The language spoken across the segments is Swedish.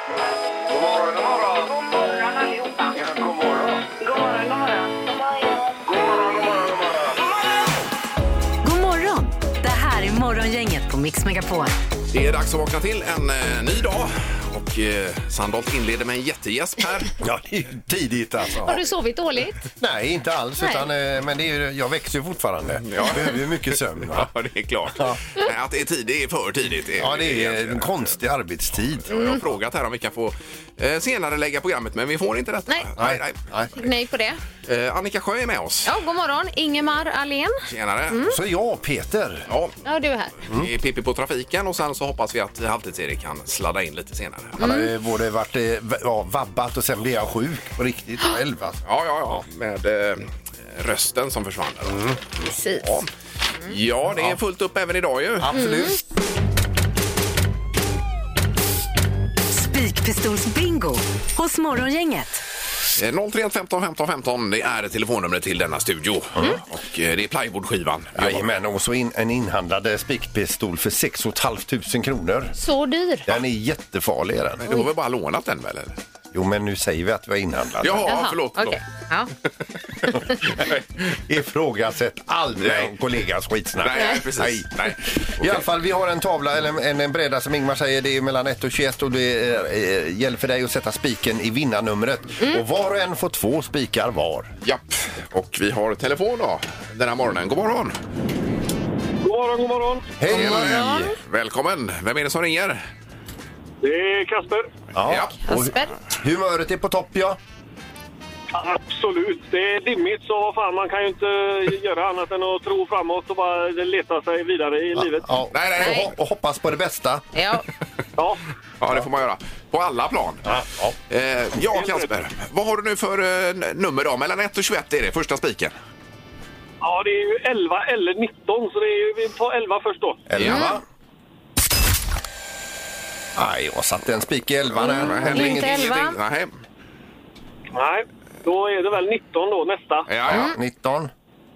God morgon, god morgon. God morgon allihopa. Ja, god morgon. God morgon, god morgon. God morgon, god morgon, god morgon. God morgon! Det här är Morgongänget på Mix Megapol. Det är dags att vakna till en ny dag. Och Sandholt inleder med en jättegäsp här. Ja, det är ju tidigt alltså. Har du sovit dåligt? Nej, inte alls. Nej. Utan, men det är ju, jag växer ju fortfarande. Ja. Jag behöver ju mycket sömn. Va? Ja, det är klart. Att det är tid, det är för tidigt. Ja, det är en konstig arbetstid. Jag har frågat här om vi kan få senare lägga programmet, men vi får inte detta. Nej. Nej. Nej på det. Annika Sjö är med oss. Ja, god morgon. Ingemar Ahlén. Tjenare. Så jag, Peter. Ja, Ja, du är här. det är Pippi på trafiken och sen så hoppas vi att Halvtids-Erik kan sladda in lite senare. Han har ju både varit vabbat och sen blev jag sjuk på riktigt själv. Alltså. Ja. Med rösten som försvann. Precis. Ja, det är fullt upp även idag ju. Absolut. Spikpistolsbingo hos Morgongänget. 031 15 15 15, det är telefonnumret till denna studio. Och det är plywoodskivan. Jajamän, och så en inhandlad spikpistol för 6 500 kronor. Så dyr. Den är jättefarlig. Den. Du har väl bara lånat den väl? Eller? Jo, men nu säger vi att vi är inhandlad. Jaha, förlåt. Okej. Ja. Ifrågasätt aldrig Nej. en kollegas skitsnack. Nej, precis. Nej. I alla fall, vi har en tavla, eller en bräda som Ingmar säger, det är mellan 1 och 21 och det gäller för dig att sätta spiken i vinnarnumret. Och var och en får 2 spikar var. Japp, och vi har telefon då den här morgonen. God morgon. God morgon, god morgon. Hej! Välkommen. Vem är det som ringer? Det är Kasper. Ja. Och Kasper. humöret är på topp, ja. Absolut. Det är dimmigt så vad fan, man kan ju inte göra annat än att tro framåt och bara leta sig vidare i livet. Ja. Nej. Och hoppas på det bästa. Ja. Ja. Ja, det får man göra. På alla plan. Ja, Kasper. Vad har du nu för nummer då? Mellan 1 och 21 är det första spiken. Ja, det är ju 11 eller 19 så det är ju, vi tar 11 först då. 11. Nej, jag satte en spik i 11 här. Det händer Inte 11. Nej. Nej, då är det väl 19 då nästa. Ja. 19.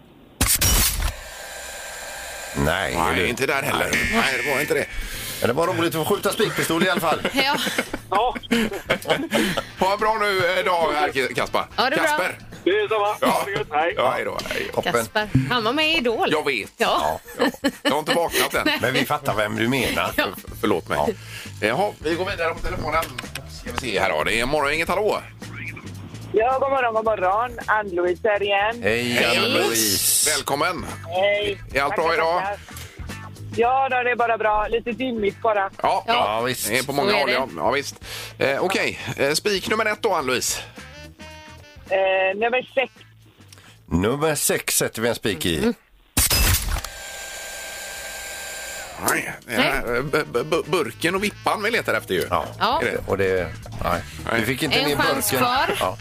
Nej, Nej, inte där heller. Nej, det var inte det. Men det var roligt att få skjuta spikpistol i alla fall. Ja. Ja, Ha en bra nu dag här, Kasper. Ja, det är bra. Kasper. det är samma. Ja. Ha det gött. Hej. Ja, hej då. Hej. Toppen. Kasper. Han var med i Idol. Jag vet. Ja. Jag har inte vaknat än. Men vi fattar vem du menar. Ja. Förlåt mig. Jaha, vi går vidare på telefonen. Ska vi se här då. Det är morgon, inget hallå. Ja, god morgon, god morgon. Ann-Louise här igen. Hej, Ann-Louise. Välkommen. Hej. Är allt bra Tackar, idag? tackar. Ja, då, det är bara bra. Lite dimmigt bara. Ja, Ja, visst. Det är på många Så är håll. det. Ja, visst. Okej, spik nummer 1 då, Ann-Louise. Nummer 6. Nummer 6 sätter vi en spik i. Nej, det är burken och vippan vi letar efter ju. Ja. Ja. Är det? Och det... Nej. Vi fick inte En ner chans burken. kvar. Ja.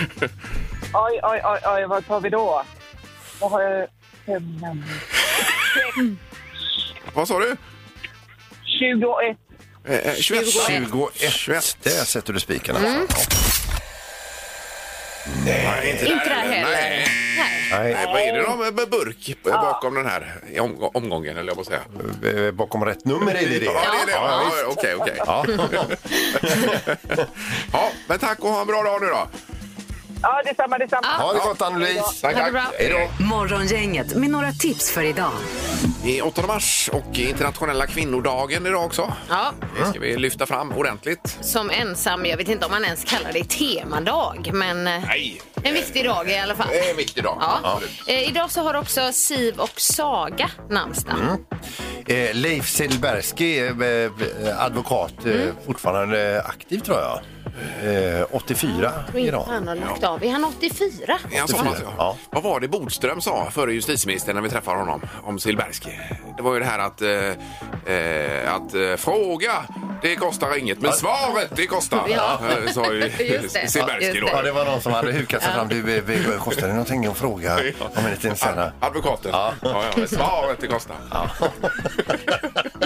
Oj, vad tar vi då? Vad har jag? 5 namn. Vad sa du? 21. 21. 21. Där sätter du spiken. Alltså. Ja. Nej, inte Inte där heller. Nej. Nej. Nej, vad är det då med burk bakom den här omgången, eller jag måste säga? Bakom rätt nummer är det det. Ja, det är det. Ja, okej. Ja. Ja, men tack och ha en bra dag nu då. Ja, detsamma. Ha det gott, Ann-Louise. Tack, Ha det bra. Hej då. Morgongänget med några tips för idag. Det är 8 mars och internationella kvinnodagen idag också. Ja. Det ska vi lyfta fram ordentligt. Som ensam, jag vet inte om man ens kallar det temadag, men Nej. en viktig dag i alla fall. Det är en viktig dag. Ja. Idag så har också Siv och Saga namnsdag. Leif Silberski, advokat, fortfarande aktiv tror jag. 84 idag. Han har lagt av. Är han 84? Är han så pass, ja. Ja. Vad var det Bodström sa före justitieministern när vi träffade honom om Silberski? Det var ju det här att fråga, det kostar inget, men svaret, det kostar. Ja. Sa ju Just det. Silberski Just då. Ja, det var någon som hade hukat sig fram. Du, kostar det någonting att fråga om en liten senare? Advokaten. Ja, men svaret, det kostar.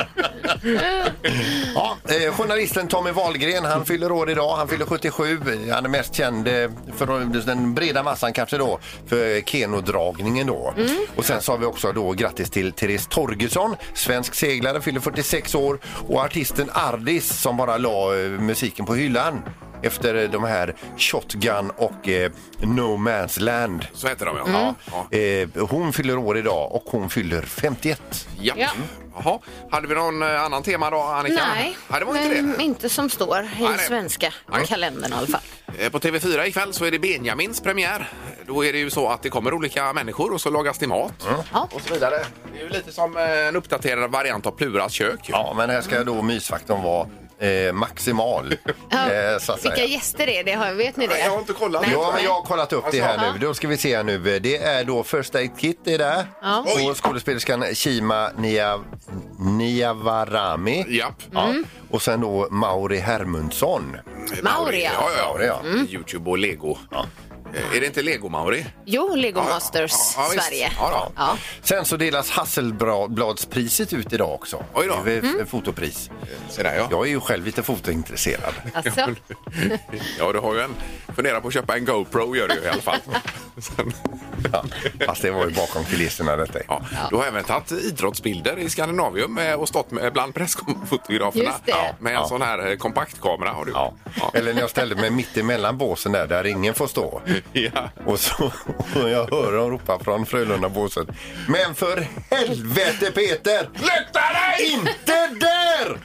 Ja, journalisten Tommy Wahlgren, han fyller år idag. Han fyller 77. Han är mest känd för den breda massan kanske då för kenodragningen då. Och sen så har vi också då grattis till Therese Torgesson, svensk seglare, fyller 46 år. Och artisten Ardis som bara la musiken på hyllan efter de här Shotgun och No Man's Land. Så heter de, ja. Hon fyller år idag och hon fyller 51. Ja. Jaha. Hade vi någon annan tema då, Annika? Nej, det var inte det. Inte som står i svenska kalendern i alla fall. På TV4 ikväll så är det Benjamins premiär. Då är det ju så att det kommer olika människor och så lagas det mat och så vidare. Det är ju lite som en uppdaterad variant av Pluras kök. Ja, men här ska då mysfaktorn vara maximal. Så att Vilka säga. gäster är det? Vet ni det? Jag har inte kollat. Ja, men jag har kollat upp det här nu. Då ska vi se nu. Det är då First Aid Kit är där. Och skådespelerskan Shima Niavarami. Japp. Ja. Och sen då Mauri Hermundsson. Mauri, Ja. YouTube och Lego. Ja. Är det inte Lego Mauri? Jo, Lego Masters Sverige. Ja. Sen så delas Hasselbladspriset ut idag också. Oj då. Det är fotopris. Se där, ja. Jag är ju själv lite fotointresserad. Alltså. Ja, du har ju funderat på att köpa en GoPro, gör du i alla fall. Ja, fast det var ju bakom kulisserna detta. Ja. Du har även tagit idrottsbilder i Skandinavium och stått bland pressfotograferna. Just det. Med en sån här kompaktkamera har du. Ja. Eller när jag ställde mig mitt emellan båsen där ingen får stå. Ja. Och så och jag hör dem ropa från Frölunda-båset. Men för helvete Peter! Flytta dig! Inte där!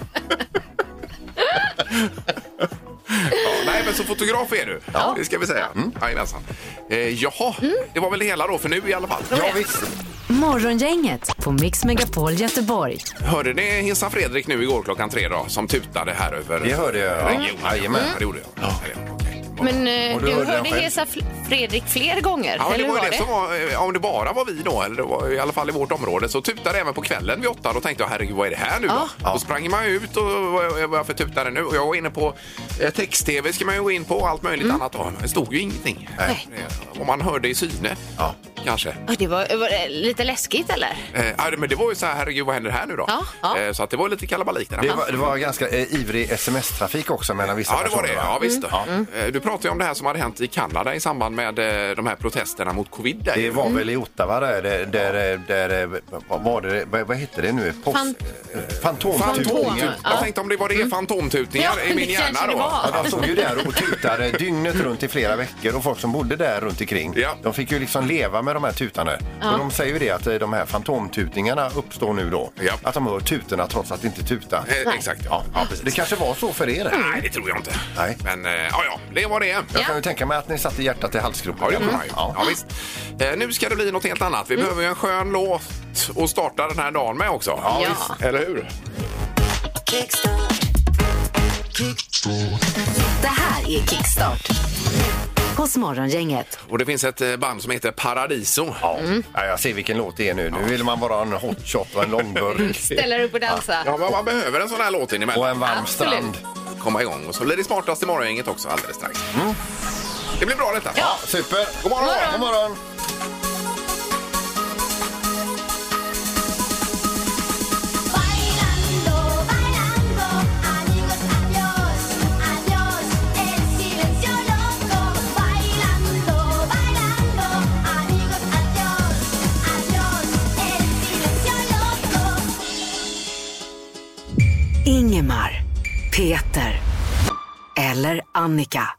Nej, men så fotograf är du. Ja. Det ska vi säga. Jajamensan. Jaha, det var väl det hela då för nu i alla fall. Ja, visst. Morgongänget på Mix Megapol Göteborg. Hörde ni Hissa Fredrik nu igår 3:00 då, som tutade här över Det hörde jag. regionen? Jajamän. Ja, det gjorde jag. Ja, okej. Men Och du hörde hörde jag Hesa Fredrik fler gånger? Ja, eller det var hur ju det som var, om det bara var vi då, eller det var i alla fall i vårt område, så tutade även på kvällen vid 8. Då tänkte jag, herregud, vad är det här nu då? Då sprang man ut och varför tutade nu? Och jag var inne på text-tv, ska man ju gå in på, allt möjligt annat då. Det stod ju ingenting. Om man hörde i syne, kanske. Det var det lite läskigt, eller? Ja, men det var ju så här, herregud, vad händer här nu då? Så att det var lite kalabalik där. Det var ganska ivrig sms-trafik också mellan vissa Ja, det var det. personer, va? Ja, visst. Du pratade ju om det här som hade hänt i Kanada i samband med de här protesterna mot covid. Där. Det var väl i Ottawa där vad heter det nu? Fantomtutningar. Jag tänkte om det var det fantomtutningar i min hjärna då. Ja, de stod ju där och tutade dygnet runt i flera veckor och folk som bodde där runt omkring, de fick ju liksom leva med de här tutarna. Och de säger ju det att de här fantomtutningarna uppstår nu då. Att de hör tutorna trots att det inte tutar. Exakt. Ja, det kanske var så för er. Nej, det tror jag inte. Nej. Men det var det. Jag kan ju tänka mig att ni satte hjärtat i halsgropen. Ja, det var ju. Ja, visst. Nu ska det bli något helt annat. Vi behöver ju en skön låt och starta den här dagen med också. Ja. Visst. Eller hur? Det här är Kickstart hos Morgongänget. Och det finns ett band som heter Paradiso. Ja, jag ser vilken låt det är nu. Nu vill man bara ha en hot shot och en långburk. Ställer upp och dansa. Ja, men man behöver en sån här låt in emellan. Och en varm strand. Komma igång. Och så blir det smartast i morgongänget också alldeles strax. Det blir bra detta. Ja, super. God morgon. God morgon. Ingemar, Peter eller Annika.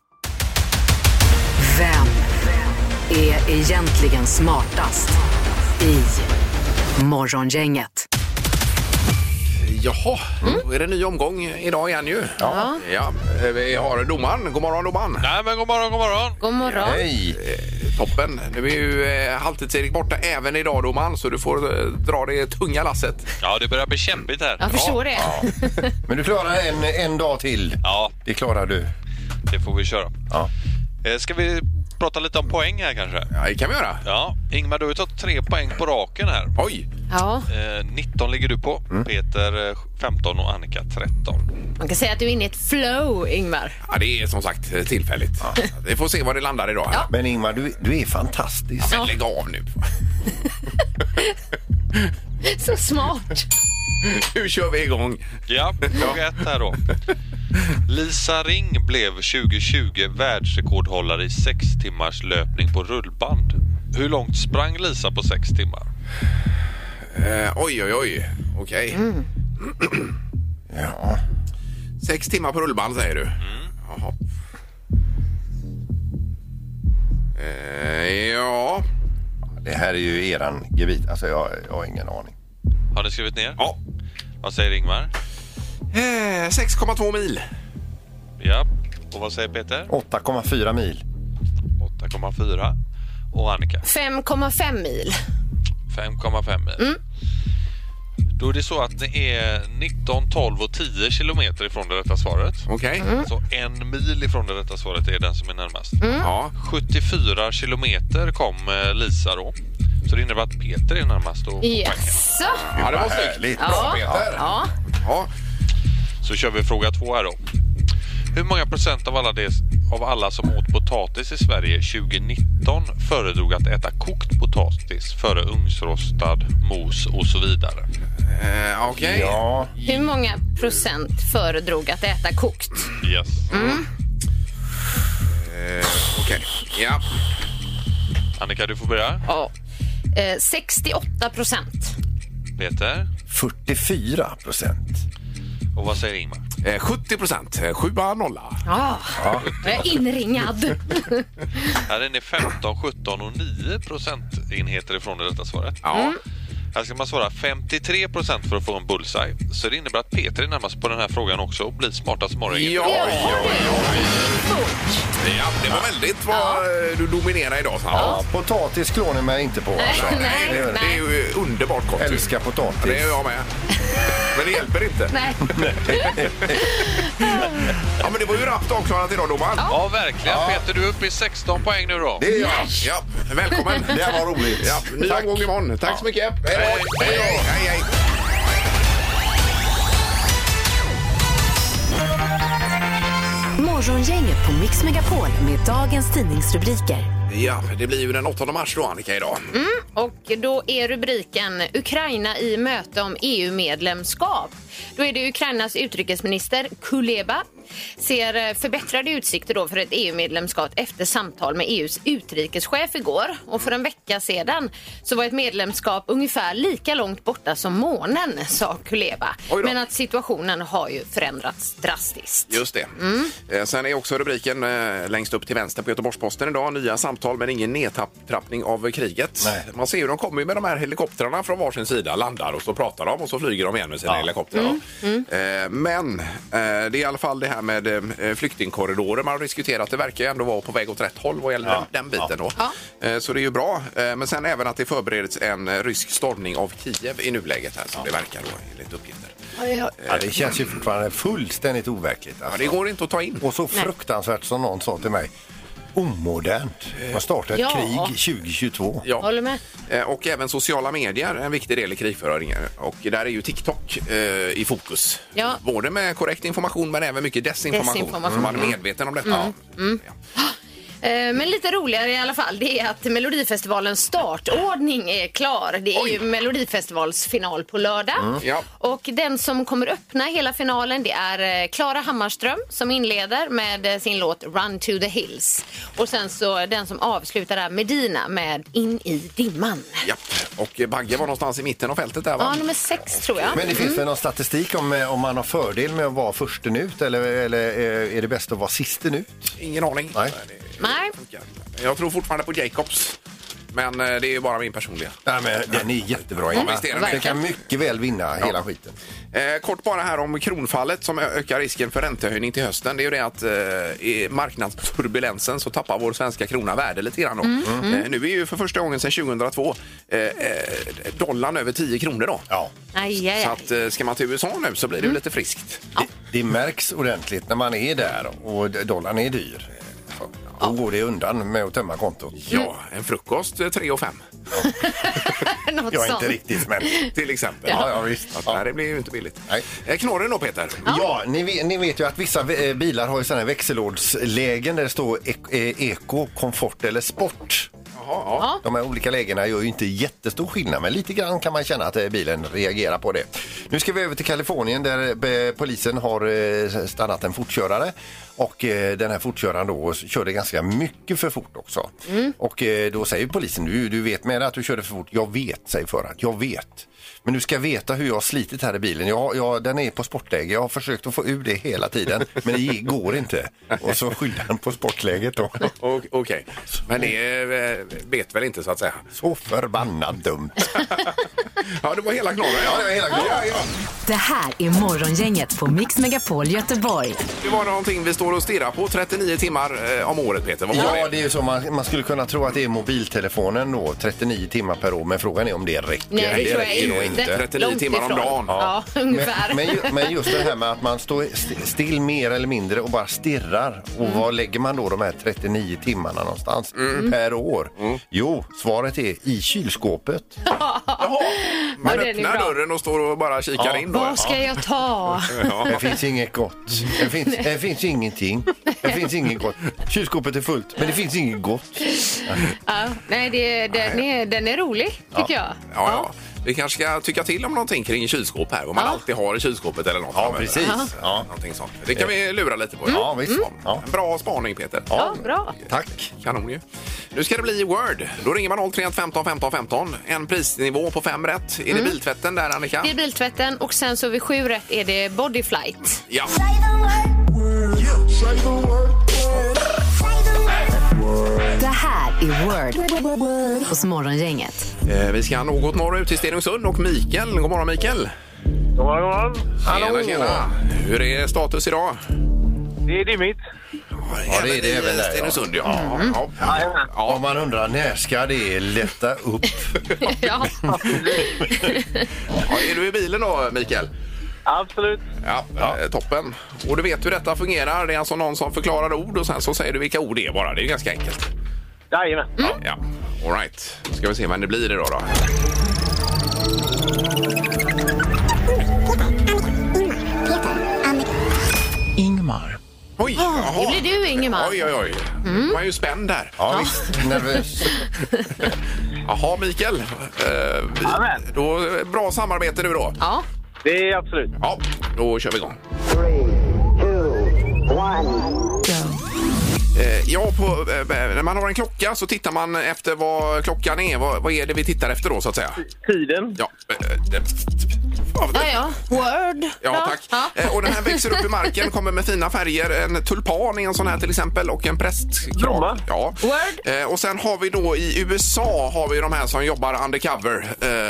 Vem är egentligen smartast i Morgongänget? Jaha, då är det en ny omgång idag igen ju. Ja. Vi har domaren. God morgon, domaren. Nej, men god morgon, god morgon. God morgon. Hej. Toppen. Nu är ju halvtids-Erik borta även idag, domaren, så du får dra det tunga lasset. Ja, det börjar bli kämpigt här. Jag förstår det. Men du klarar en dag till. Ja, Det klarar du. det får vi köra. Ja. Ska vi prata lite om poäng här kanske? Ja, det kan vi göra. Ja, Ingmar, du har tagit 3 poäng på raken här. Oj. Ja. 19 ligger du på. Peter 15 och Annika 13. Man kan säga att du är inne i ett flow, Ingmar. Ja, det är som sagt tillfälligt. Vi får se var det landar idag. Ja. Men Ingmar, du är fantastisk. Men lägg av nu. Så smart. Nu kör vi igång. Ja, fråga 1 här då. Lisa Ring blev 2020 världsrekordhållare i 6 timmars löpning på rullband. Hur långt sprang Lisa på 6 timmar? Oj. Okej. Ja. 6 timmar på rullband säger du? Jaha. Ja. Det här är ju eran gebit. Alltså jag har ingen aning. Har ni skrivit ner? Ja. Vad säger Ingmar? 6,2 mil. Ja. Och vad säger Peter? 8,4 mil. 8,4. Och Annika? 5,5 mil. 5,5 mil. Då är det så att det är 19, 12 och 10 kilometer ifrån det rätta svaret. Okej. Så 1 mil ifrån det rätta svaret är den som är närmast. Ja. 74 kilometer kom Lisa då. Så det innebär att Peter är närmast. Och Jaså? Ja, det var snyggt. Härligt. Bra, Peter. Ja. Ja. Så kör vi fråga 2 här då. Hur många procent av alla som åt potatis i Sverige 2019 föredrog att äta kokt potatis före ugnsrostad, mos och så vidare? Okej. Ja. Hur många procent föredrog att äta kokt? Yes. Okej. Ja. Annika, du får börja. Ja. 68%. Peter. 44%. Och vad säger Ingmar? 70%. 7-0. Ja. Jag är inringad. Här är ni 15, 17 och 9 procentenheter ifrån det rätta svaret. Ja. Här ska man svara 53% för att få en bullseye. Så det innebär att Peter är närmast på den här frågan också och blir smartast morgon. Ja, det var väldigt vad du dominerar idag. Ja, potatis klår ni mig inte på. Alltså. Nej. Det är ju underbart gott. Älskar potatis. Det är jag med. Men det hjälper inte. Nej. Ja, men det var ju rappt avklarat idag, domaren. Ja, verkligen. Peter, du är uppe i 16 poäng nu då. Det är jag. Ja, välkommen. Det här var roligt. Ja, ny omgång imorgon. Tack så mycket. Hej då. Hej. Morgongänget på Mix Megapol med dagens tidningsrubriker. Ja, det blir ju den 8 mars då, Annika, idag. Och då är rubriken Ukraina i möte om EU-medlemskap. Då är det Ukrainas utrikesminister Kuleba ser förbättrade utsikter då för ett EU-medlemskap efter samtal med EUs utrikeschef igår. Och för en vecka sedan så var ett medlemskap ungefär lika långt borta som månen, sa Kuleba. Men att situationen har ju förändrats drastiskt. Just det. Sen är också rubriken längst upp till vänster på Göteborgs-Posten idag. Nya samtal men ingen nedtrappning av kriget. Nej. Man ser ju de kommer med de här helikoptrarna från varsin sida, landar och så pratar de och så flyger de igen med sina helikoptrar. Men det är i alla fall det här med flyktingkorridorer man har diskuterat. Det verkar ju ändå vara på väg åt rätt håll vad gäller den biten då. Så det är ju bra. Men sen även att det förbereds en rysk stormning av Kiev i nuläget här som det verkar då enligt uppgifter. Ja, det känns ju fortfarande fullständigt overkligt. Alltså. Ja, det går inte att ta in. Och så fruktansvärt som någon sa till mig. Omodernt. Man startar ett krig 2022. Ja. Håller med. Och även sociala medier är en viktig del i krigföringen. Och där är ju TikTok i fokus. Ja. Både med korrekt information men även mycket desinformation. Så man är medveten om detta. Ja. Men lite roligare i alla fall, det är att Melodifestivalens startordning är klar. Det är ju Melodifestivalsfinal på lördag. Ja. Och den som kommer öppna hela finalen, det är Klara Hammarström som inleder med sin låt Run to the Hills. Och sen så den som avslutar där, Medina med In i dimman. Ja. Och Bagge var någonstans i mitten av fältet där, va? Ja, nummer 6 tror jag. Men det finns väl någon statistik om man har fördel med att vara först ut eller är det bäst att vara sist ut? Ingen aning. Nej. Nej. Jag tror fortfarande på Jacobs. Men det är ju bara min personliga. Nej, men den är jättebra. Ja, visst är den. Den kan mycket väl vinna hela skiten. Kort bara här om kronfallet som ökar risken för räntehöjning till hösten. Det är ju det att i marknadsturbulensen så tappar vår svenska krona värde lite grann då. Nu är ju för första gången sedan 2002 dollarn över 10 kronor då. Ja. Aj. Så att ska man till USA nu så blir det lite friskt. Det märks ordentligt när man är där och dollarn är dyr. Då går det undan med att tömma kontot. Ja, en frukost 3,5. Något Jag är sånt. inte riktigt, men... Till exempel. Ja, visst. Nej, det blir ju inte billigt. Nej. Knorren då, Peter? Ja, ni vet ju att vissa bilar har ju sådana här växellådslägen där det står eko, komfort eller sport. Ja. De här olika lägena gör ju inte jättestor skillnad, men lite grann kan man känna att bilen reagerar på det. Nu ska vi över till Kalifornien där polisen har stannat en fortkörare. Och den här fortköraren då körde ganska mycket för fort också. Och då säger polisen, du vet med att du körde för fort. Jag vet, säger föraren. Jag vet. Men du ska veta hur jag har slitit här i bilen. Den är på sportläge. Jag har försökt att få ur det hela tiden. Men det går inte. Och så skyller han på sportläget då. Okej. Men det vet väl inte så att säga. Så förbannat dumt. Ja, det var hela knorren. Ja, det var hela knorren. Ja. Det här är Morgongänget på Mix Megapol Göteborg. Det var någonting vi står och stirrar på 39 timmar om året, Peter. Ja, det är ju så man skulle kunna tro att det är mobiltelefonen då, 39 timmar per år. Men frågan är om det räcker. Nej, det tror jag inte. 39 timmar om dagen. Ja, ungefär. Men just det här med att man står still mer eller mindre och bara stirrar. Och var lägger man då de här 39 timmarna någonstans per år? Jo, svaret är i kylskåpet. Man öppnar dörren och står och bara kikar in. Vad ska jag ta? Det finns inget gott. Det finns ingenting. Det finns inget gott. Kylskåpet är fullt, men det finns inget gott. Nej, den är rolig, tycker jag. Ja. Vi kanske ska tycka till om någonting kring kylskåp här. Om man alltid har i kylskåpet eller något. Ja, precis. Ja. Någonting sånt. Det kan vi lura lite på. Ja, visst. Ja. Bra spaning, Peter. Ja, bra. Tack. Kanon ju. Nu ska det bli Word. Då ringer man 031 15 15 15. En prisnivå på 5 rätt. Är det biltvätten där, Annika? Det är biltvätten och sen så vid 7 rätt är det Bodyflight. Ja. Det här är Word hos Morgongänget. Vi ska något norrut till Stenungsund och Mikael. God morgon, Mikael. God morgon. Hallå. Tjena. Hur är status idag? Det är dimmigt. Ja, det är det även där. Stenungsund, ja. Om man undrar när ska det lätta upp? Ja. Är du i bilen då, Mikael? Absolut. Ja, toppen. Och du vet hur detta fungerar. Det är alltså någon som förklarar ord och sen så säger du vilka ord det är bara. Det är ganska enkelt. Jajamän. Ja, all right. Ska vi se vem det blir idag då. Ingmar. Oj, Det blir du, Ingemar. Oj. Man är ju spänd där. Ja, visst. Nervös. Jaha, Mikael. Då bra samarbete nu då. Ja. Det är absolut. Ja, då kör vi igång. 3, 2, 1. När man har en klocka så tittar man efter vad klockan är. Vad är det vi tittar efter då, så att säga? Tiden. Ja. Ja. Word. Ja, tack. Ja. Och den här växer upp i marken, kommer med fina färger. En tulpan är en sån här till exempel och en prästkrage. Blomma. Ja. Word. Och sen har vi då i USA har vi de här som jobbar undercover.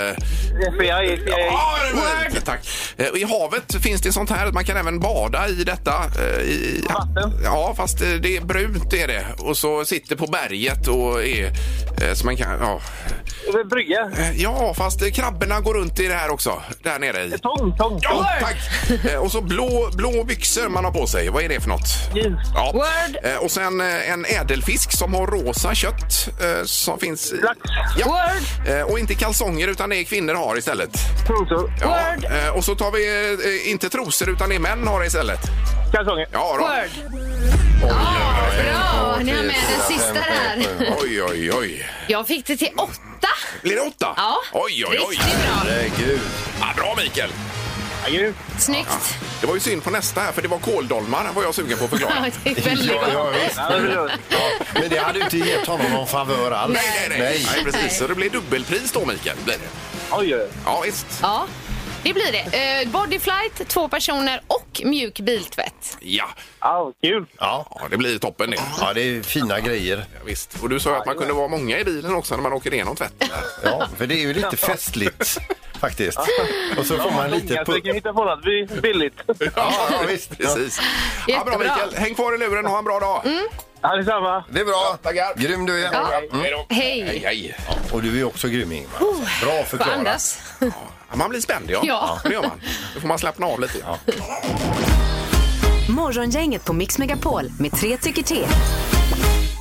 Word. Tack. I havet finns det sånt här. Man kan även bada i detta. Vatten. Ja, fast det är brunt är det. Och så sitter på berget och är så man kan... Ja. Brygga. Ja, fast krabborna går runt i det här också. Där nere i. Tång. Ja, tack. Och så blå byxor man har på sig. Vad är det för något? Jeans. Ja. Word. Och sen en ädelfisk som har rosa kött som finns... Lax. Ja. Word. Och inte kalsonger utan det är kvinnor har istället. Trosor. Ja. Word. Och så tar vi inte trosor utan det är män har istället. Kalsonger. Ja, då. Word. Bra, ni har med den sista där. Oj. Jag fick det till 8. Blir det 8? Ja. Oj. Riktigt bra. Herregud. Ja, bra, Mikael. Jajamän. Snyggt. Det var ju synd på nästa här för det var kåldolmar var jag sugen på att förklara. Ja, det är väldigt bra. Ja, visst. Ja, det är lugnt. Men det hade ju inte gett honom någon favör alls. Nej, precis. Så det blir dubbelpris då, Mikael. Blir det. Oj. Ja, visst. Ja, det blir det. Bodyflight, 2 personer och mjuk biltvätt. Ja. Ja, kul. Ja. Det blir toppen det. Ja, det är fina grejer. Ja, visst. Och du sa att man kunde vara många i bilen också när man åker igenom tvätt. Ja, för det är ju lite festligt faktiskt. Och så får man lite Så kan hitta på något billigt. Ja, visst. Precis. Ja, bra, Jättebra. Mikael. Häng kvar i luren och ha en bra dag. Ja, detsamma. Det är bra. Tackar. Grym du är. Ja. Hej då. Hej. Och du är också grym, Ingmar. Bra Får förklarat. andas. Ja, man blir spänd, ja. Ja. Det gör man. Då får man slappna av lite. Ja. Morgongänget på Mix Megapol med 3 tycker till.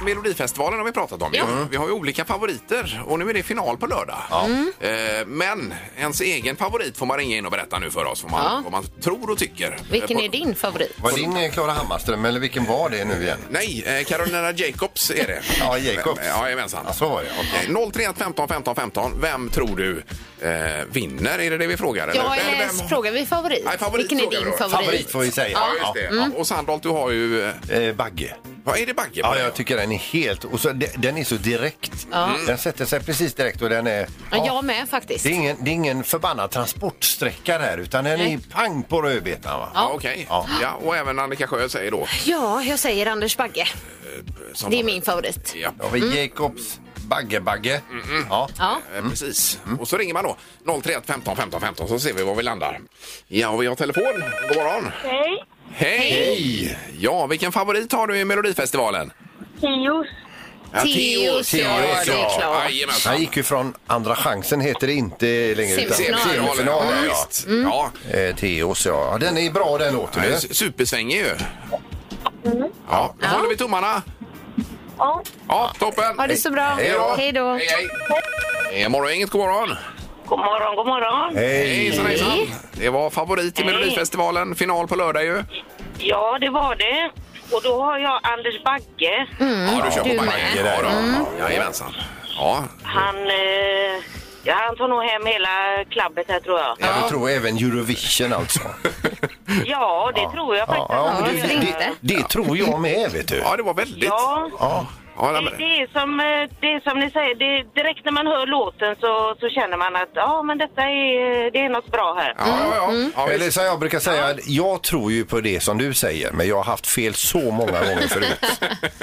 Melodifestivalen har vi pratat om. Ja. Vi har ju olika favoriter och nu är det final på lördag. Men ens egen favorit får man ringa in och berätta nu för oss vad man tror och tycker. Vilken är din favorit? Var din Klara Hammarström eller vilken var det nu igen? Nej, Carolina Jacobs är det. Ja, Jacobs. Ja, jajamensan. Ja, så var det. Okay. 031 15 15 15. Vem tror du vinner? Är det vi frågar? Ja, eller frågar vi favorit? Nej, favorit. Vilken är din favorit? Favorit får vi säga. Ja, just det. Ja. Och Sandholt, du har ju... Bagge. Vad är det Bagge? Ja, jag tycker den är helt... Och så, den är så direkt. Den sätter sig precis direkt och den är... Ja, jag med faktiskt. Det är ingen förbannad transportsträcka där utan den är pang på rödbetan, va? Ja, okej. Ja, och även Annika Sjö säger då. Ja, jag säger Anders Bagge. Det är min favorit. Ja. Då har vi Jacobs Bagge. Ja. Precis. Och så ringer man då 031 15 15 15 så ser vi var vi landar. Ja, vi har telefon. God morgon. Hej. Hej! Ja, vilken favorit har du i Melodifestivalen? Tios. Ja, Teos, ja, det är klart. Jajamensan. Han gick ju från Andra chansen, heter det inte längre. utan Semifinal. Ja. Teos, ja. Den är bra, den låten. Ja, supersvängig ju. Ja, då håller vi tummarna. Ja. Ja, toppen. Ha det så bra. Hej då. Hej. Morgongänget, god morgon. God morgon. Hejsan. Det var favorit i Melodifestivalen. Final på lördag ju. Ja, det var det. Och då har jag Anders Bagge. Ja, du kör på du Bagge. med. Jajamensan. Ja. Han tar nog hem hela klabbet här, tror jag. Ja, du tror även Eurovision alltså. Ja, det tror jag faktiskt. Ja, men varför inte? det tror jag med, vet du. Ja, det var väldigt. Ja. Det är som ni säger, direkt när man hör låten så känner man att men detta är något bra här. Ja, Eller så jag brukar säga, jag tror ju på det som du säger, men jag har haft fel så många gånger förut.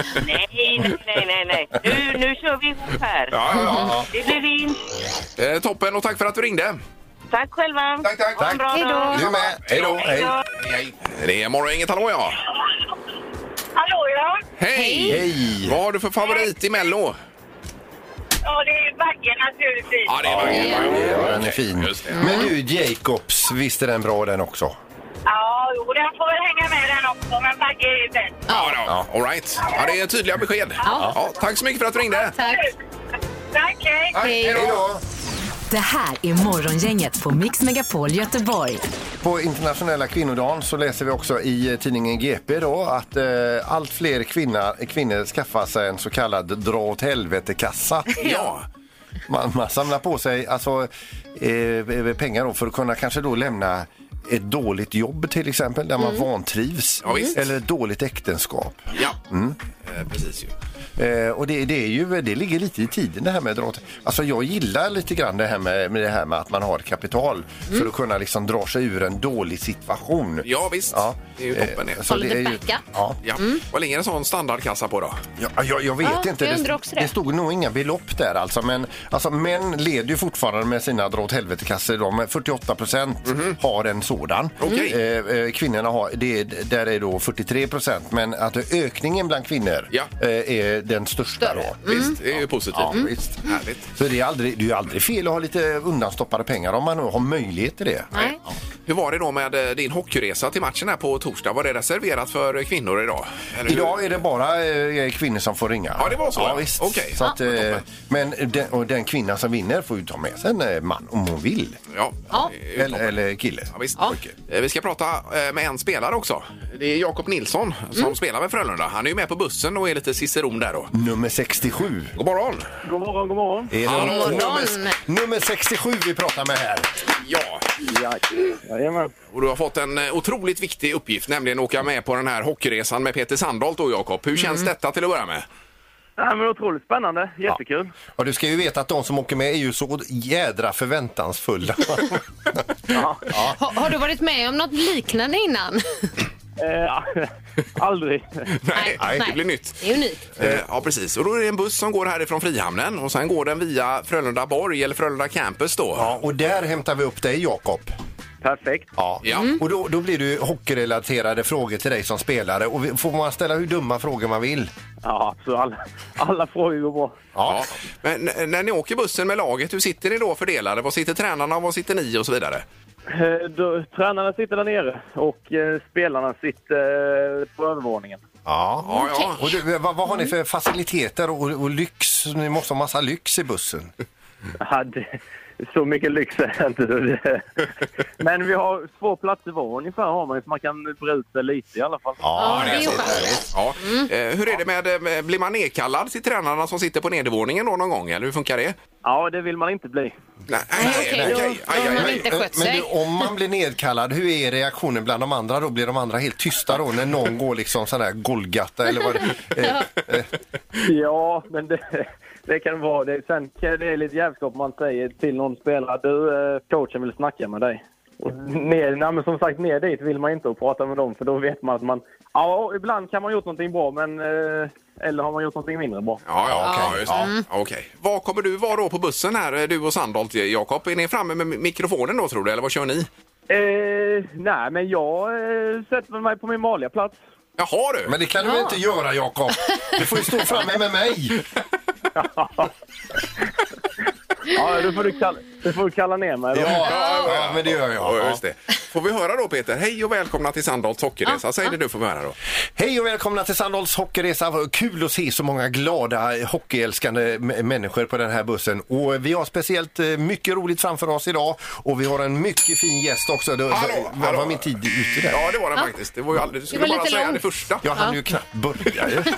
Nej. Nu kör vi ihop här. Ja. Det blir fint. Toppen och tack för att du ringde. Tack själva. Tack. Ha en bra dag. Du med. Hej då. Hej. Det är Morgongänget, hallå ja. Hallå, ja. Hej. Vad har du för favorit i Mello? Ja, det är Bagge naturligtvis. Ja, det är Bagge. Ja, den är fin. Just det. Men du, Jacobs, visst är den bra den också? Ja, den får väl hänga med den också, men Bagge är bäst. Ja. All right. Ja, det är tydliga besked. Ja, tack så mycket för att du ringde. Tack. Tack, hej. Hej då. Det här är Morgongänget på Mix Megapol Göteborg. På internationella kvinnodagen så läser vi också i tidningen GP då att allt fler kvinnor skaffar sig en så kallad dra åt helvete-kassa. Ja. Man samlar på sig alltså, pengar då för att kunna kanske då lämna ett dåligt jobb till exempel där man vantrivs. Ja, visst. Eller ett dåligt äktenskap. Ja, precis ju. Och det ligger lite i tiden det här med dra. Alltså jag gillar lite grann det här med det här med att man har kapital för att kunna liksom dra sig ur en dålig situation. Ja, visst. Ja. Det är ju toppen det. Så Ha lite det är ju, backup. ja. Ja. Vad ligger en sån standardkassa på då? Jag vet inte. jag undrar också det. Det stod nog inga belopp där alltså. Men alltså, män leder ju fortfarande med sina dra åt helvete-kassor. 48% har en sådan. Okej. Kvinnorna har, där är då 43%. Men att ökningen bland kvinnor är den största då. Visst, det är ju positivt. Ja, visst. Härligt. Så det är ju aldrig fel att ha lite undanstoppade pengar om man nu har möjlighet till det. Nej. Hur var det då med din hockeyresa till matchen här på torsdag? Var det reserverat för kvinnor idag? Eller hur? Idag är det bara kvinnor som får ringa. Ja, det var så. Ja, visst. Okej. Så att, men den kvinna som vinner får ju ta med sig en man om hon vill. Ja. Det är ju toppen. Eller kille. Ja, visst. Vi ska prata med en spelare också. Det är Jakob Nilsson som spelar med Frölunda. Han är ju med på bussen och är lite ciceron där då. Nummer 67. God morgon. God morgon. Är det nummer 67 vi pratar med här? Ja. Jajamän. Och du har fått en otroligt viktig uppgift, nämligen åka med på den här hockeyresan med Peter Sandholt och Jakob. Hur känns detta till att börja med? Ja, men otroligt spännande. Jättekul. Och du ska ju veta att de som åker med är ju så jädra förväntansfulla. Har du varit med om något liknande innan? Aldrig. Nej, det blir nytt. Det är unikt. Ja, precis. Och då är det en buss som går härifrån Frihamnen och sen går den via Frölunda Borg eller Frölunda Campus då. Ja, och där hämtar vi upp dig, Jakob. Perfekt. Ja. Och då blir det ju hockeyrelaterade frågor till dig som spelare. Och får man ställa hur dumma frågor man vill? Ja, så alla frågor går bra. Ja. Men när ni åker bussen med laget, hur sitter ni då fördelade? Var sitter tränarna och var sitter ni och så vidare? Tränarna sitter där nere och spelarna sitter på övervåningen. Ja. Och vad har ni för faciliteter och lyx? Ni måste ha massa lyx i bussen. Så mycket lyx är det inte. Men vi har 2 platser var ungefär har man, så man kan bre ut sig lite i alla fall. Ja, det är så härligt. Ja. Hur är det med, blir man nedkallad till tränarna som sitter på nedervåningen då någon gång, eller hur funkar det? Ja, det vill man inte bli. Nej. Men om man blir nedkallad, hur är reaktionen bland de andra då? Blir de andra helt tysta då när någon går liksom sån där Golgata eller vad det Ja, men det kan vara det. Sen det är lite jävskap man säger till någon spelare. Du, coachen vill snacka med dig. Och men som sagt, ner dit vill man inte och prata med dem. För då vet man att man... Ja, ibland kan man gjort någonting bra, men... eller har man gjort någonting mindre bra. Okej. Vad kommer du vara då på bussen här, du och Sandholt, Jakob? Är ni framme med mikrofonen då, tror du? Eller vad kör ni? Nej, men jag sätter mig på min vanliga plats. Jaha du! Men det kan du väl inte göra, Jakob? Du får ju stå framme med mig. Ja, du får kalla ner mig då. Ja, men det gör jag. Ja, just det. Får vi höra då, Peter? Hej och välkomna till Sandholts hockeyresa. Säg det du får höra då. Hej och välkomna till Sandholts hockeyresa. Kul att se så många glada hockeyälskande människor på den här bussen. Och vi har speciellt mycket roligt framför oss idag. Och vi har en mycket fin gäst också. Hallå. Var min tid ute där? Ja, det var den faktiskt. Det var ju aldrig, du skulle bara säga det första. Jag hann ju knappt börja ju.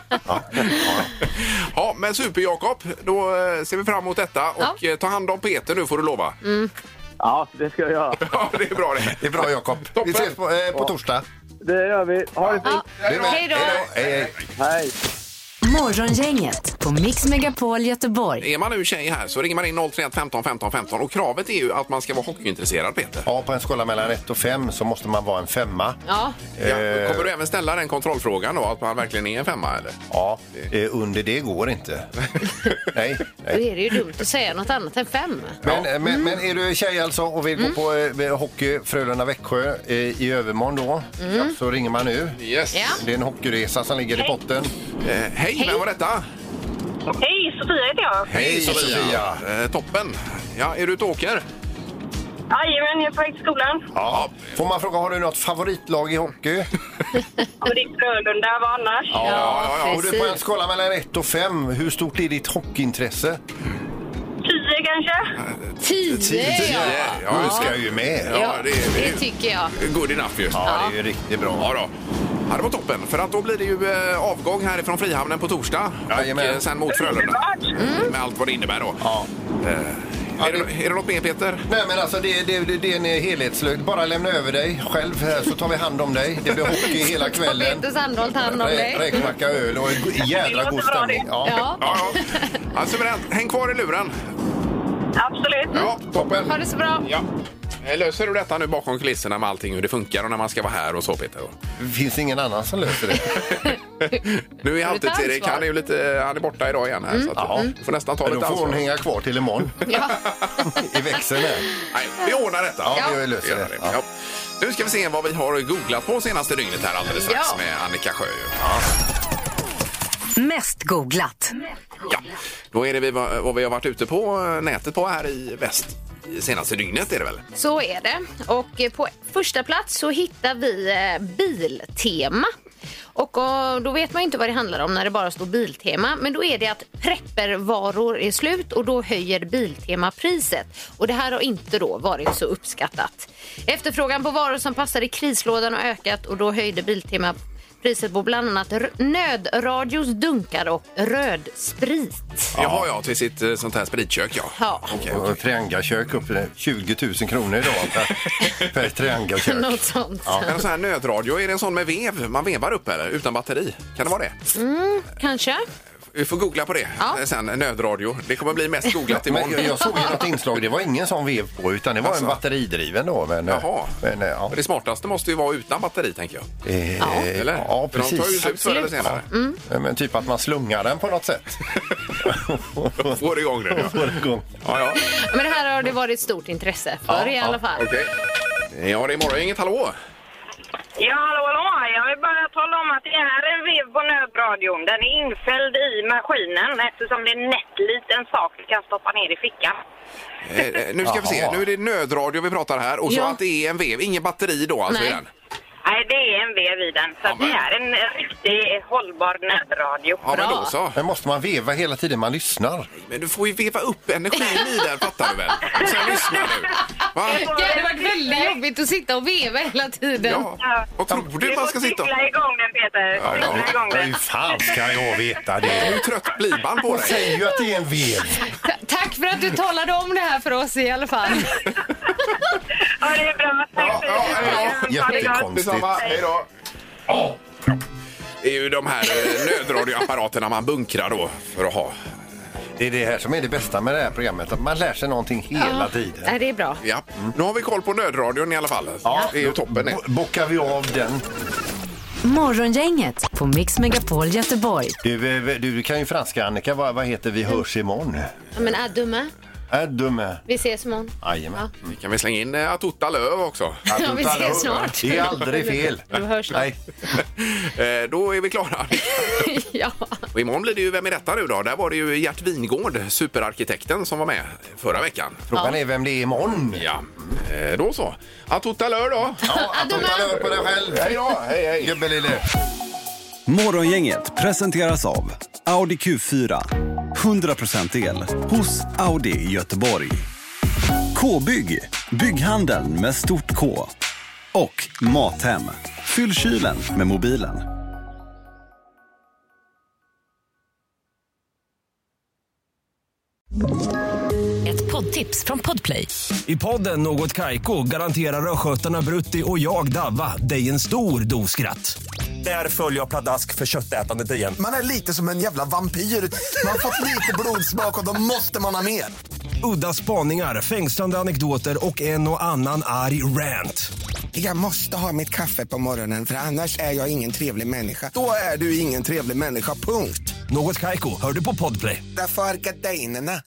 Ja, men super Jakob. Då ser vi fram emot detta. Och ta hand om Peter nu, får du lova. Ja, det ska jag göra. Ja, det är bra det. Det är bra, Jakob. Vi ses på torsdag. Det gör vi. Ha det fint. Hej då. Hej. Morgongänget på Mix Megapol Göteborg. Är man nu tjej här så ringer man in 031 15 15 15 och kravet är ju att man ska vara hockeyintresserad, Peter. Ja, på en skala mellan 1 och 5 så måste man vara en 5. Ja. Kommer du även ställa den kontrollfrågan då, att man verkligen är en 5 eller? Ja, under det går inte. Nej. Då är det ju dumt att säga något annat än 5. Men är du tjej alltså och vill gå på hockey Frölunda-Växjö i övermorgon då, så ringer man nu. Yes. Ja. Det är en hockeyresa som ligger i potten. Hej, vem var detta? Hej, Sofia heter jag. Hej Sofia. Toppen. Ja, är du ute och åker? Jajamän, jag är på väg till skolan. Ja. Får man fråga, har du något favoritlag i hockey? Och det är Frölunda, vad annars? Ja, Och du på en skala mellan 1 och 5, hur stort är ditt hockeyintresse? 10 kanske? 10. Ja, du ska ju med. Ja, det tycker jag. Good enough ju. Ja, det är ju riktigt bra. Ja då. Ja, det var toppen. För att då blir det ju avgång härifrån Frihamnen på torsdag. Jajamän. Och sen mot Frölunda. Med allt vad det innebär då. Ja. Är det något mer, Peter? Nej, men alltså det är en helhetslögn. Bara lämna över dig själv här så tar vi hand om dig. Det blir hockey hela kvällen. Peter Sandholt hand om dig. Räkmacka öl och en jädra god stämning. Ja. Alltså, häng kvar i luren. Absolut. Ja, toppen. Ha det så bra. Ja. Löser du detta nu bakom kulisserna med allting, hur det funkar och när man ska vara här och så, Peter? Det finns ingen annan som löser det. Nu är alltid Erik, han är borta idag igen här. Så att du får nästan ta lite ansvar. Då får hon hänga kvar till imorgon. Ja. I växeln här. Nej, vi ordnar detta. Ja, vi löser det. Ja. Nu ska vi se vad vi har googlat på senaste dygnet här alldeles strax med Annika Sjö. Mest googlat. Ja, då är det vad vi har varit ute på nätet på här i väst. Senaste dygnet är det väl? Så är det. Och på första plats så hittar vi Biltema. Och då vet man ju inte vad det handlar om när det bara står Biltema. Men då är det att preppervaror är slut och då höjer Biltema priset. Och det här har inte då varit så uppskattat. Efterfrågan på varor som passar i krislådan har ökat och då höjde Biltema priset på bland annat nödradios, dunkar och rödsprit. Ja, till sitt sånt här spritkök, Ja. Okej. Och triangelkök upp till 20 000 kronor idag per triangelkök. Något sånt. Ja. En sån här nödradio, är det en sån med vev? Man vevar upp eller utan batteri? Kan det vara det? Kanske. Vi får googla på det sen, nödradio. Det kommer bli mest googlat imorgon. Men jag såg ju något inslag, det var ingen sån vev på utan det var en batteridriven då. Jaha. Men det smartaste måste ju vara utan batteri, tänker jag. Eller? Ja, för precis. de tar ju slut förr eller senare. Men typ att man slungar den på något sätt. Får igång den, Ja. Men det här har det varit stort intresse för i alla fall. Okej. Ja, det är morgon. Inget hallå? Ja, hallå. jag vill bara tala om att det är en vev på nödradion. Den är infälld i maskinen eftersom det är en nättliten sak du kan stoppa ner i fickan. Nu ska vi se, nu är det nödradio vi pratar här och så att det är en vev, ingen batteri då alltså i den. Nej, det är en vev i den. Så det är en riktigt hållbar nödradio. Ja, men då så. Men måste man veva hela tiden man lyssnar? Men du får ju veva upp energin i den, fattar du väl? Och sen lyssnar du. Va? Det hade varit väldigt jobbigt att sitta och veva hela tiden. Ja. Vad tror du man ska sitta? Cykla igång den, Peter. Cykla igång den. Hur fan ska jag veta det? Hur trött blir man på dig? Säger ju att det är en vev. Tack för att du talade om det här för oss i alla fall. Ja, det är bra. Tack för det. Jättekonstigt. Hej då. Det är ju de här nödradioapparaterna man bunkrar då för att ha. Det är det här som är det bästa med det här programmet. Att man lär sig någonting hela tiden. Ja, det är bra. Ja. Nu har vi koll på nödradion i alla fall. Ja, det är ju toppen det. Bockar vi av den. Morgongänget på Mix Megapol Göteborg. Du kan ju franska, Annika. Vad heter vi hörs imorgon? Ja, men dumme. Dumme. Vi ses imorgon. Jajamän. Vi kan väl slänga in Atotta Löv också. Ja, vi ses snart. Det är aldrig fel. Du hörs. Nej. Då är vi klara. Ja. Och imorgon blir det ju Vem är detta nu då? Där var det ju Gert Wingård, superarkitekten, som var med förra veckan. Frågan är vem det är imorgon. Ja, då så. Atotta Löv då. Ja, Atotta Löv på dig själv. Hej då. Hej. Gubbelille. Morgongänget presenteras av Audi Q4. 100% el hos Audi i Göteborg. K-bygg, bygghandeln med stort K. Och Mathem, fyll kylen med mobilen. Ett poddtips från Podplay. I podden Något Kaiko garanterar röskötarna Brutti och jag Davva dig en stor doskratt. Där följer jag pladask för köttätandet igen. Man är lite som en jävla vampyr. Man har fått lite blodsmak och då måste man ha mer. Udda spaningar, fängslande anekdoter och en och annan arg rant. Jag måste ha mitt kaffe på morgonen för annars är jag ingen trevlig människa. Då är du ingen trevlig människa, punkt. Något Kaiko, hör du på Podplay. Därför är gardinerna.